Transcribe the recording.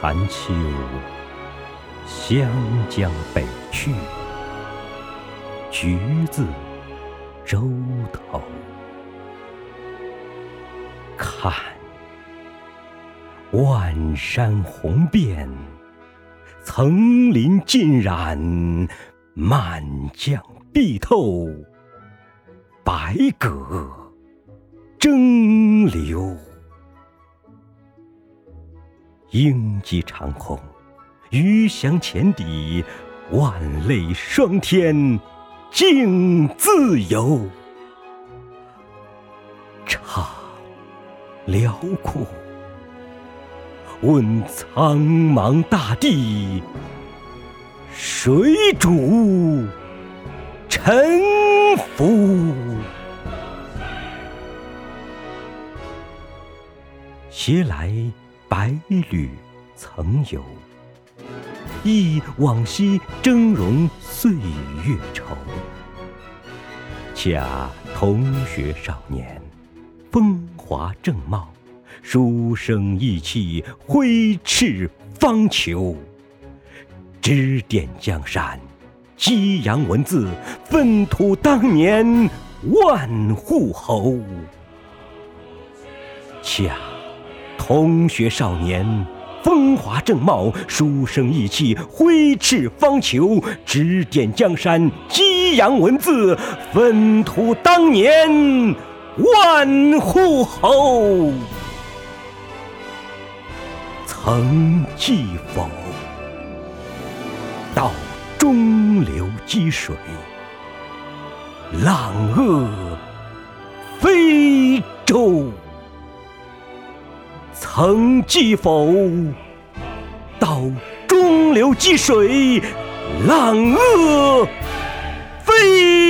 残秋，湘江北去，橘子洲头。看，万山红遍，层林尽染，满江碧透，百舸争流。鹰击长空，鱼翔浅底，万类霜天竞自由。怅辽阔，问苍茫大地，谁主沉浮？携来百侣曾游，忆往昔峥嵘岁月稠。恰同学少年，风华正茂，书生意气，挥斥方遒。指点江山，激扬文字，粪土当年万户侯。恰同学少年，风华正茂，书生意气，挥斥方遒。指点江山，激扬文字，粪土当年万户侯。曾记否？到中流击水，浪遏飞舟。曾记否？到中流击水，浪遏飞舟。